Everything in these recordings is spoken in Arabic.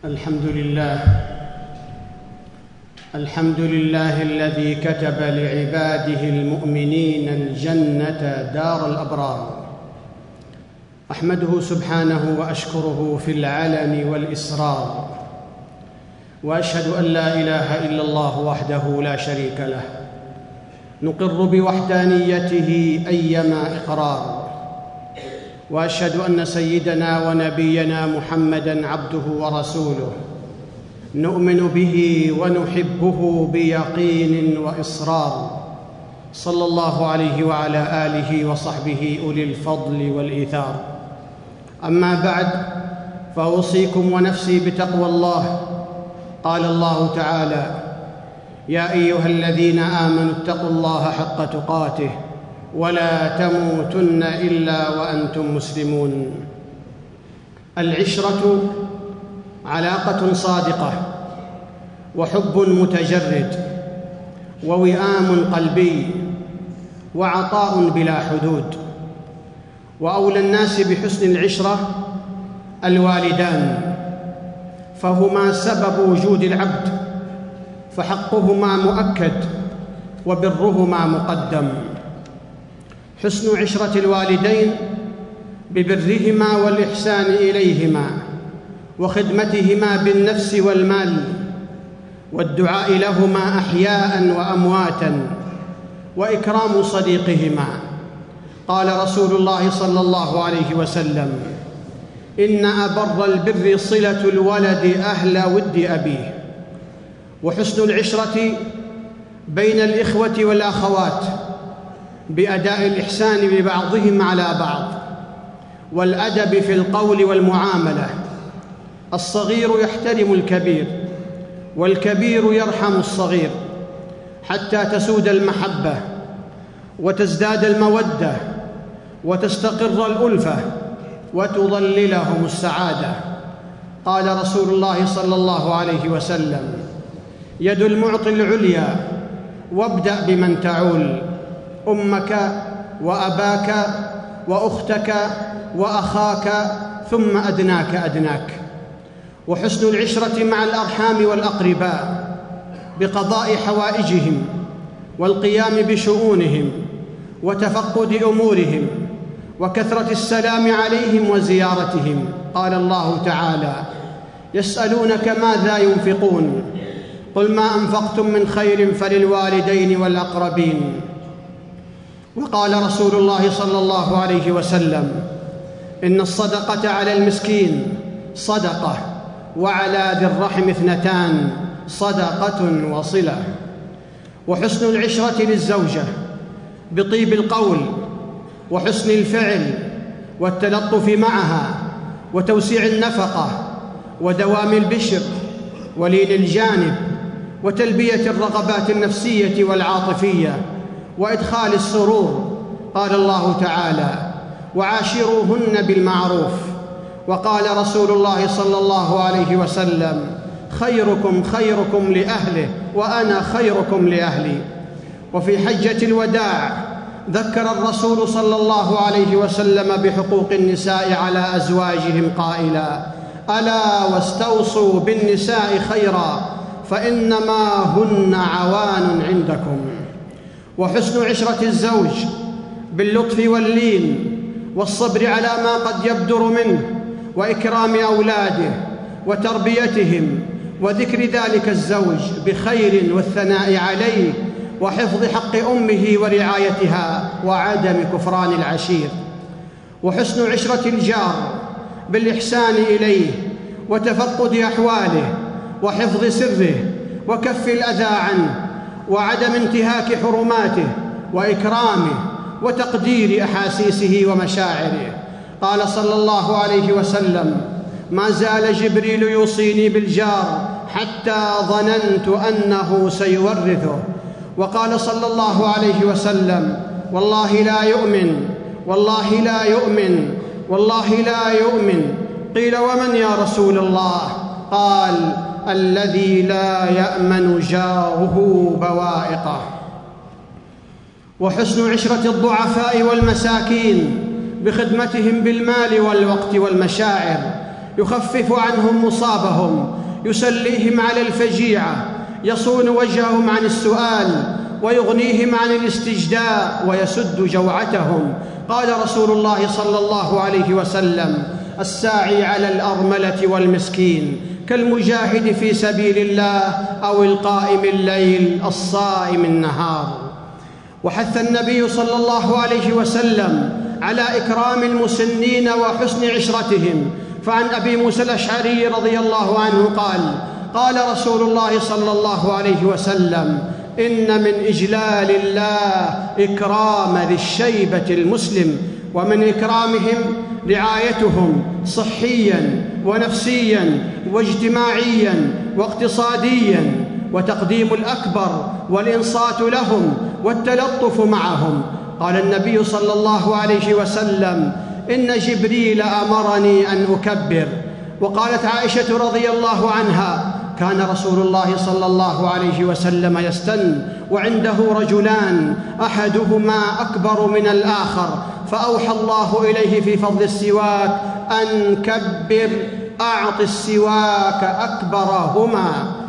الحمد لله الذي كتب لعباده المؤمنين الجنة دار الأبرار. أحمده سبحانه وأشكره في العلن والإسرار، وأشهد أن لا إله إلا الله وحده لا شريك له، نقر بوحدانيته أيما إقرار، وأشهد أن سيدنا ونبينا محمدًا عبده ورسوله، نؤمن به ونحبه بيقين وإصرار، صلى الله عليه وعلى آله وصحبه أولي الفضل والإيثار. أما بعد، فأوصيكم ونفسي بتقوى الله. قال الله تعالى: يا أيها الذين آمنوا اتقوا الله حق تقاته ولا تموتن إلا وأنتم مسلمون. العشرة علاقة صادقة، وحب متجرد، ووئام قلبي، وعطاء بلا حدود. وأولى الناس بحسن العشرة الوالدان، فهما سبب وجود العبد، فحقهما مؤكد وبرهما مقدم. حسن عشرة الوالدين ببرهما والإحسان إليهما، وخدمتهما بالنفس والمال، والدعاء لهما أحياء وأمواتا، وإكرام صديقهما. قال رسول الله صلى الله عليه وسلم: إن أبر البر صلة الولد أهل ود أبيه. وحسن العشرة بين الإخوة والأخوات بأداء الإحسان ببعضهم على بعض، والأدب في القول والمعاملة. الصغير يحترم الكبير، والكبير يرحم الصغير، حتى تسود المحبة وتزداد المودة وتستقر الألفة وتظللهم السعادة. قال رسول الله صلى الله عليه وسلم: يد المعطي العليا، وابدأ بمن تعول، أمك وأباك وأختك وأخاك، ثم أدناك أدناك. وحسن العشرة مع الأرحام والأقرباء بقضاء حوائجهم والقيام بشؤونهم وتفقد أمورهم وكثرة السلام عليهم وزيارتهم. قال الله تعالى: يسألونك ماذا ينفقون، قل ما أنفقتم من خير فللوالدين والأقربين. وقال رسول الله صلى الله عليه وسلم: إن الصدقة على المسكين صدقة، وعلى ذي الرحم اثنتان، صدقة وصلة. وحسن العشرة للزوجة بطيب القول وحسن الفعل والتلطف معها، وتوسيع النفقة ودوام البشر ولين الجانب، وتلبية الرغبات النفسية والعاطفية، وإدخال السرور. قال الله تعالى: وعاشروهن بالمعروف. وقال رسول الله صلى الله عليه وسلم: خيركم خيركم لأهله، وأنا خيركم لأهلي. وفي حجة الوداع ذكر الرسول صلى الله عليه وسلم بحقوق النساء على أزواجهم قائلا: ألا واستوصوا بالنساء خيرا، فإنما هن عوان عندكم. وحسن عشرة الزوج باللطف واللين والصبر على ما قد يبدر منه، وإكرام أولاده وتربيتهم، وذكر ذلك الزوج بخير والثناء عليه، وحفظ حق أمه ورعايتها، وعدم كفران العشير. وحسن عشرة الجار بالإحسان إليه وتفقد أحواله، وحفظ سره، وكف الأذى عنه، وعدم انتهاك حرماته، وإكرامه، وتقدير أحاسيسه ومشاعره. قال صلى الله عليه وسلم: ما زال جبريل يوصيني بالجار حتى ظننت أنه سيورثه. وقال صلى الله عليه وسلم: والله لا يؤمن، والله لا يؤمن، والله لا يؤمن. قيل: ومن يا رسول الله؟ قال: الذي لا يأمن جاره بوائقه. وحسن عشرة الضعفاء والمساكين بخدمتهم بالمال والوقت والمشاعر، يخفف عنهم مصابهم، يسليهم على الفجيعة، يصون وجههم عن السؤال، ويغنيهم عن الاستجداء، ويسد جوعتهم. قال رسول الله صلى الله عليه وسلم: الساعي على الأرملة والمسكين كالمجاهد في سبيل الله أو القائم الليل الصائم النهار. وحث النبي صلى الله عليه وسلم على إكرام المسنين وحسن عشرتهم. فعن أبي موسى الأشعري رضي الله عنه قال: قال رسول الله صلى الله عليه وسلم: إن من إجلال الله إكرام ذي الشيبة المسلم، ومن إكرامهم رعايتهم صحياً ونفسياً واجتماعياً واقتصادياً، وتقديم الأكبر والإنصات لهم والتلطف معهم. قال النبي صلى الله عليه وسلم: إن جبريل أمرني أن أكبر. وقالت عائشة رضي الله عنها: كان رسول الله صلى الله عليه وسلم يستن وعنده رجلان أحدهما أكبر من الآخر، فأوحى الله إليه في فضل السواك أن كبر، أعط السواك أكبرهما.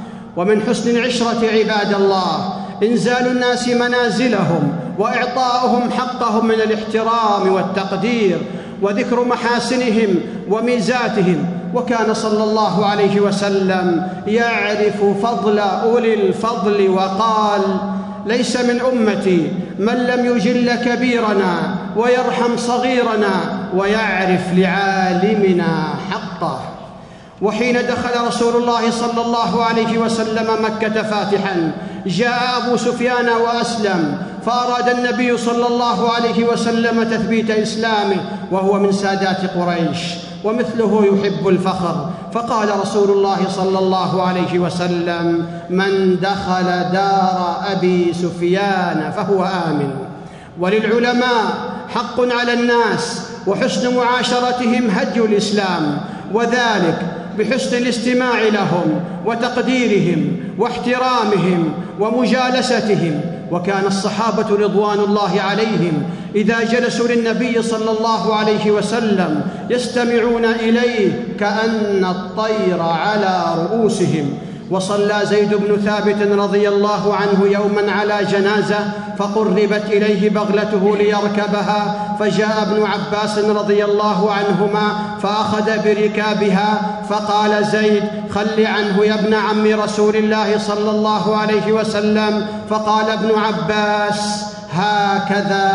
ومن حسن العشرة عباد الله إنزال الناس منازلهم وإعطاؤهم حقهم من الاحترام والتقدير، وذكر محاسنهم وميزاتهم. وكان صلى الله عليه وسلم يعرف فضل أولي الفضل، وقال: ليس من أمتي من لم يجل كبيرنا ويرحم صغيرنا ويعرف لعالمنا حقه. وحين دخل رسول الله صلى الله عليه وسلم مكة فاتحاً، جاء أبو سفيان وأسلم، فأراد النبي صلى الله عليه وسلم تثبيت إسلامه، وهو من سادات قريش ومثله يحب الفخر. فقال رسول الله صلى الله عليه وسلم: من دخل دار أبي سفيان فهو آمن. وللعلماء حق على الناس، وحسن معاشرتهم هدي الإسلام، وذلك بحسن الاستماع لهم وتقديرهم واحترامهم ومجالستهم. وكان الصحابة رضوان الله عليهم إذا جلسوا للنبي صلى الله عليه وسلم يستمعون إليه كأن الطير على رؤوسهم. وصلى زيد بن ثابت رضي الله عنه يوما على جنازة، فقربت إليه بغلته ليركبها، فجاء ابن عباس رضي الله عنهما فأخذ بركابها، فقال زيد: خل عنه يا ابن عم رسول الله صلى الله عليه وسلم. فقال ابن عباس: هكذا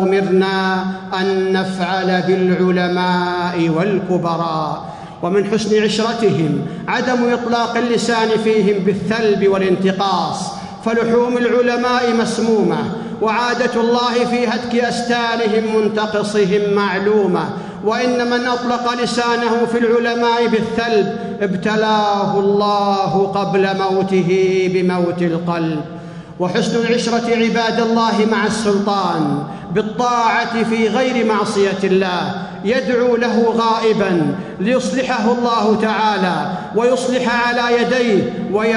أمرنا أن نفعل بالعلماء والكبراء. ومن حسن عشرتهم عدم إطلاق اللسان فيهم بالثلب والانتقاص، فلحوم العلماء مسمومة، وعادة الله في هتك أستانهم منتقصهم معلومة. وإن من أطلق لسانه في العلماء بالثلب ابتلاه الله قبل موته بموت القلب. وحسن العشرة عباد الله مع السلطان بالطاعة في غير معصية الله، يدعو له غائباً ليصلحه الله تعالى ويصلح على يديه،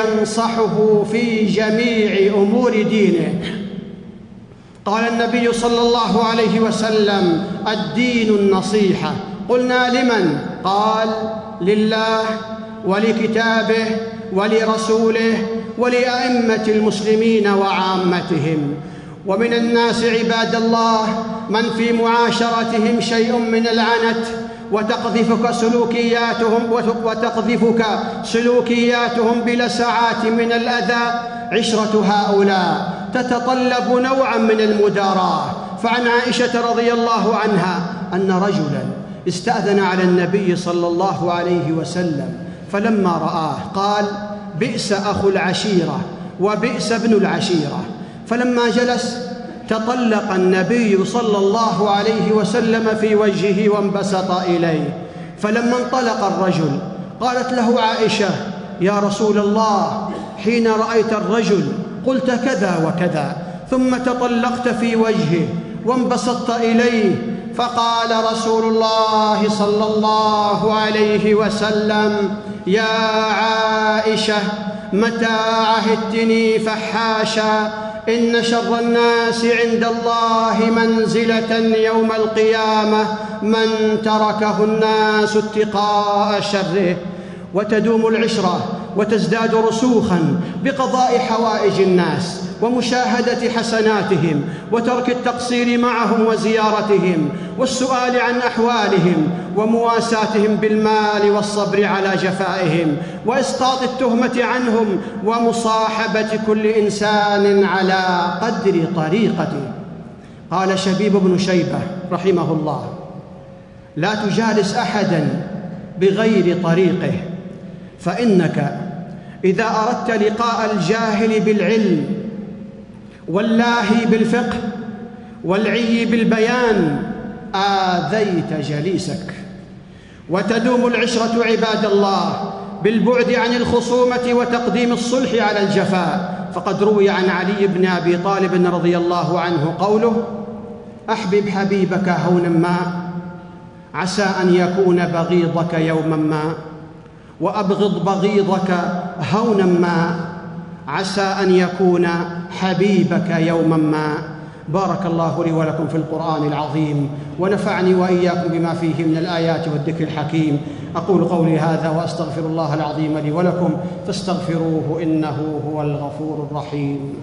وينصحه في جميع أمور دينه. قال النبي صلى الله عليه وسلم: الدين النصيحة. قلنا: لمن؟ قال: لله ولكتابه ولرسوله ولأئمة المسلمين وعامتهم. ومن الناس عباد الله من في معاشرتهم شيء من العنت، وتقذفك سلوكياتهم بلسعات من الأذى. عشرة هؤلاء تتطلب نوعا من المداراة. فعن عائشة رضي الله عنها أن رجلا استأذن على النبي صلى الله عليه وسلم، فلما رآه قال: بئس أخو العشيرة وبئس ابن العشيرة. فلما جلس تطلق النبي صلى الله عليه وسلم في وجهه وانبسط إليه. فلما انطلق الرجل قالت له عائشة: يا رسول الله، حين رأيت الرجل قلت كذا وكذا، ثم تطلقت في وجهه وانبسطت إليه. فقال رسول الله صلى الله عليه وسلم: يا عائشة، متى عهدتني فحاشا إن شر الناس عند الله منزلة يوم القيامة من تركه الناس اتقاء شره. وتدوم العشرة وتزداد رسوخا بقضاء حوائج الناس ومشاهدة حسناتهم وترك التقصير معهم وزيارتهم والسؤال عن أحوالهم ومواساتهم بالمال والصبر على جفائهم وإسقاط التهمة عنهم ومصاحبة كل إنسان على قدر طريقته. قال شبيب بن شيبة رحمه الله: لا تجالس أحداً بغير طريقه، فإنك إذا أردت لقاء الجاهل بالعلم واللاهي بالفقه والعي بالبيان آذيت جليسك. وتدوم العشرة عباد الله بالبعد عن الخصومة وتقديم الصلح على الجفاء، فقد روي عن علي بن أبي طالب رضي الله عنه قوله: أحبب حبيبك هونا ما عسى أن يكون بغيضك يوما ما، وأبغض بغيضك هونا ما عسى أن يكون حبيبك يوما ما. بارك الله لي ولكم في القرآن العظيم، ونفعني وإياكم بما فيه من الآيات والذكر الحكيم. أقول قولي هذا وأستغفر الله العظيم لي ولكم، فاستغفروه إنه هو الغفور الرحيم.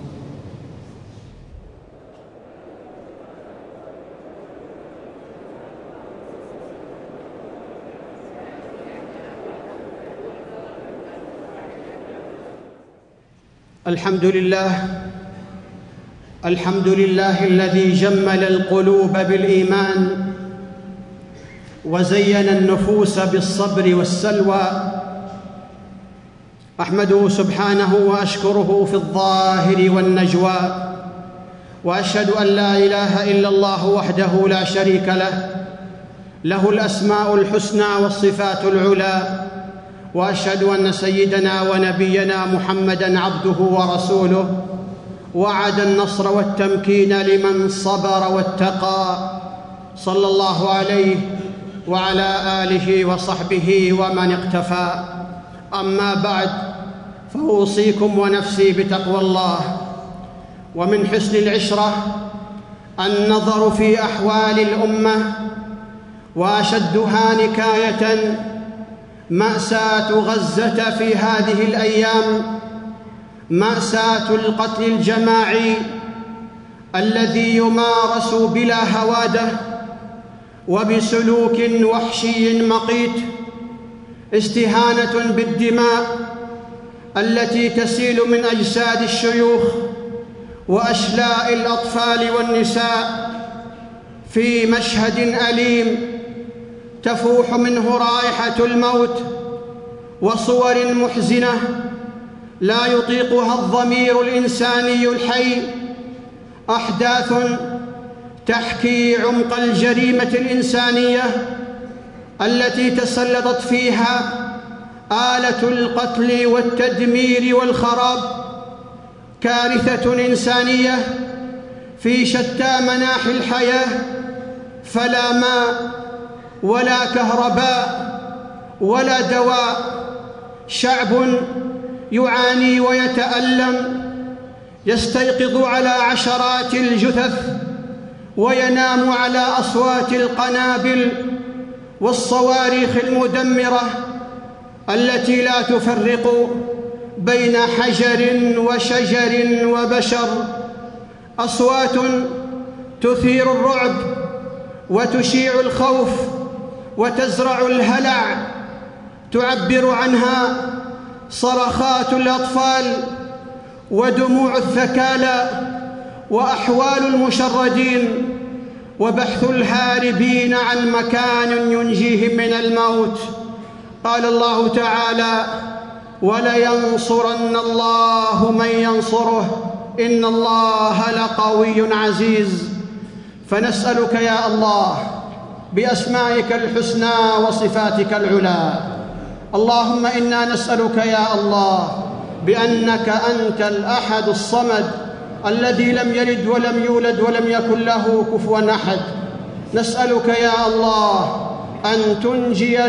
الحمد لله الذي جمل القلوب بالإيمان وزين النفوس بالصبر والسلوى. أحمده سبحانه وأشكره في الظاهر والنجوى، وأشهد أن لا إله إلا الله وحده لا شريك له، له الأسماء الحسنى والصفات العلى. وأشهد أن سيدنا ونبينا محمدًا عبده ورسوله، وعد النصر والتمكين لمن صبر واتقى، صلى الله عليه وعلى آله وصحبه ومن اقتفى. أما بعد، فأوصيكم ونفسي بتقوى الله. ومن حسن العشرة النظر في أحوال الأمة، وأشدها نكاية مأساة غزة في هذه الأيام، مأساة القتل الجماعي الذي يمارس بلا هوادة وبسلوك وحشي مقيت، استهانة بالدماء التي تسيل من أجساد الشيوخ وأشلاء الأطفال والنساء، في مشهد أليم تفوح منه رائحة الموت وصور محزنة لا يطيقها الضمير الإنساني الحي. أحداث تحكي عمق الجريمة الإنسانية التي تسلطت فيها آلة القتل والتدمير والخراب. كارثة إنسانية في شتى مناحي الحياة، فلا ماء ولا كهرباء ولا دواء. شعب يعاني ويتألم، يستيقظ على عشرات الجثث وينام على أصوات القنابل والصواريخ المدمرة التي لا تفرق بين حجر وشجر وبشر. أصوات تثير الرعب وتشيع الخوف وتزرع الهلع، تعبر عنها صرخات الأطفال ودموع الثكالى وأحوال المشردين وبحث الهاربين عن مكان ينجيهم من الموت. قال الله تعالى: ولينصرن الله من ينصره إن الله لقوي عزيز. فنسألك يا الله بأسمائك الحسنى وصفاتك العلى، اللهم إنا نسألك يا الله بأنك أنت الأحد الصمد الذي لم يلد ولم يولد ولم يكن له كفوا أحد، نسألك يا الله أن تنجي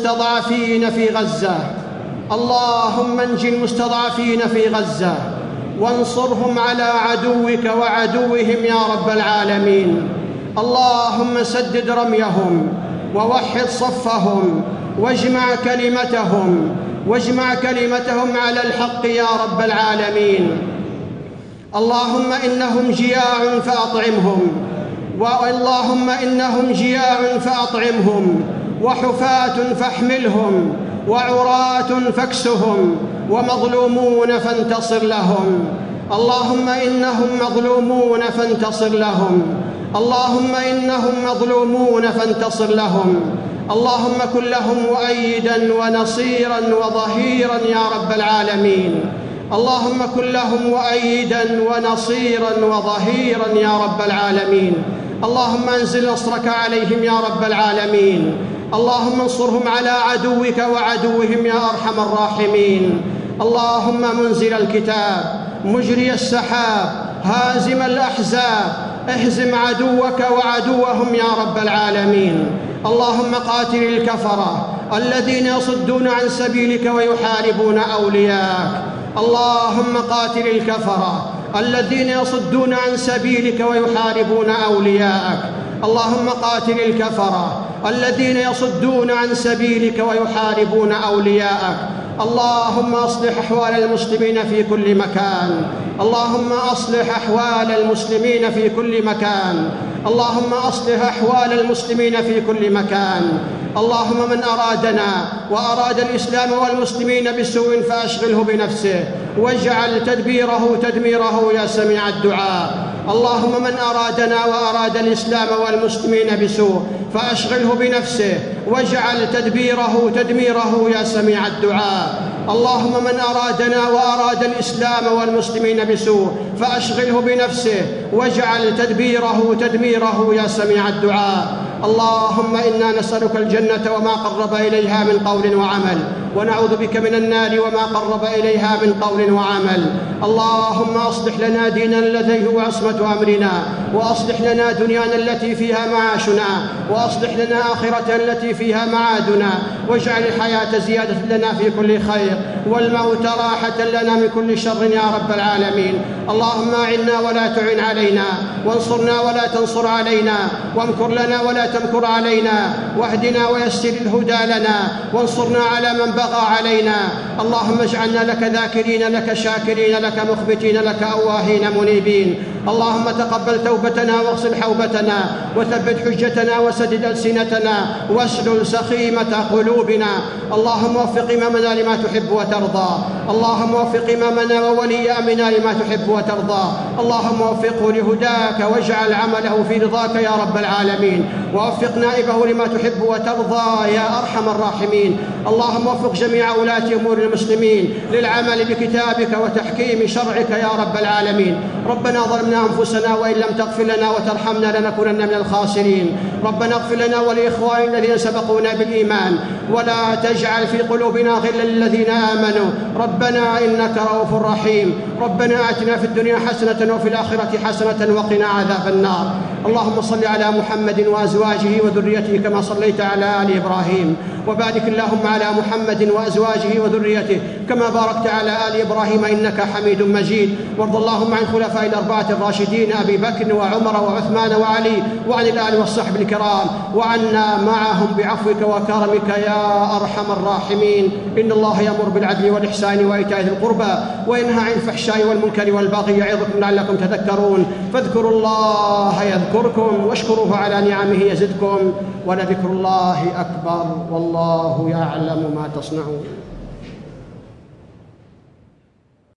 المستضعفين في غزة. اللهم انج المستضعفين في غزة وانصرهم على عدوك وعدوهم يا رب العالمين. اللهم سدد رميهم ووحد صفهم واجمع كلمتهم على الحق يا رب العالمين. اللهم إنهم جياع فأطعمهم وحفاة فاحملهم وعراة فاكسهم ومظلومون فانتصر لهم. اللهم إنهم مظلومون فانتصر لهم. اللهم كن لهم مؤيداً ونصيراً وظهيراً يا رب العالمين. اللهم كن لهم مؤيداً ونصيراً وظهيراً يا رب العالمين. اللهم انزل نصرك عليهم يا رب العالمين. اللهم انصرهم على عدوك وعدوهم يا أرحم الراحمين. اللهم منزل الكتاب مجري السحاب هازم الأحزاب اهزم عدوك وعدوهم يا رب العالمين. اللهم قاتل الكفرة الذين يصدون عن سبيلك ويحاربون أولياءك. اللهم قاتل الكفرة الذين يصدون عن سبيلك ويحاربون أولياءك. اللهم قاتل الكفرة الذين يصدون عن سبيلك ويحاربون أولياءك. اللهم أصلح أحوال المسلمين في كل مكان. اللهم أصلح أحوال المسلمين في كل مكان. اللهم أصلح أحوال المسلمين في كل مكان. اللهم من أرادنا وأراد الإسلام والمسلمين بسوء فأشغله بنفسه واجعل تدميره يا سميع الدعاء. اللهم من أرادنا وأراد الإسلام والمسلمين بسوء فأشغله بنفسه واجعل تدميره يا سميع الدعاء. اللهم من أرادنا وأراد الإسلام والمسلمين بسوء فأشغله بنفسه واجعل تدميره يا سميع الدعاء. اللهم إنا نسألك الجنة وما قرب إليها من قول وعمل، ونعوذ بك من النار وما قرب إليها من قول وعمل. اللهم أصلح لنا ديننا الذي هو عصمة أمرنا، وأصلح لنا دنيانا التي فيها معاشنا، وأصلح لنا آخرتنا التي فيها معادنا، واجعل الحياة زيادة لنا في كل خير والموت راحة لنا من كل شر يا رب العالمين. اللهم أعنا ولا تعن علينا، وانصرنا ولا تنصر علينا، وامكر لنا ولا تمكر علينا، واهدنا ويسر الهدى لنا، وانصرنا على من بغى علينا. اللهم اجعلنا لك ذاكرين لك شاكرين لك مخبتين لك أواهين منيبين. اللهم تقبل توبتنا واغسل حوبتنا وثبت حجتنا وسدد ألسنتنا واسلل سخيمة قلوبنا. اللهم وفق إمامنا لما تحب وترضى. اللهم وفق إمامنا وولي أمرنا لما تحب وترضى. اللهم وفقه لهداك واجعل عمله في رضاك يا رب العالمين. ووفق نائبه لما تحب وترضى يا أرحم الراحمين. اللهم وفق جميع ولاة أمور المسلمين للعمل بكتابك وتحكيم شرعك يا رب العالمين. ربنا ظلمنا أنفسنا وإن لم تغفر لنا وترحمنا لنكونن من الخاسرين. ربنا اغفر لنا ولإخواننا الذين سبقونا بالإيمان ولا تجعل في قلوبنا غلا للذين آمنوا ربنا إنك رؤوف رحيم. ربنا آتنا في الدنيا حسنة وفي الآخرة حسنة وقنا عذاب النار. اللهم صل على محمد وأزواجه وذريته كما صليت على آل إبراهيم، وبارك اللهم على محمد وأزواجه وذريته كما باركت على آل إبراهيم إنك حميد مجيد. وارض اللهم عن خلفاء الأربعة الراشدين أبي بكر وعمر وعثمان وعلي وعن الآل والصحب الكرام، وعنا معهم بعفوك وكرمك يا أرحم الراحمين. إن الله يأمر بالعدل والإحسان وإيتاء ذي القربى وينهى عن الفحشاء والمنكر والبغي يعظكم لعلكم تذكرون. فاذكروا الله يذكركم واشكروه على نعمه يزدكم ولذكر الله أكبر والله يعلم ما تصنعون.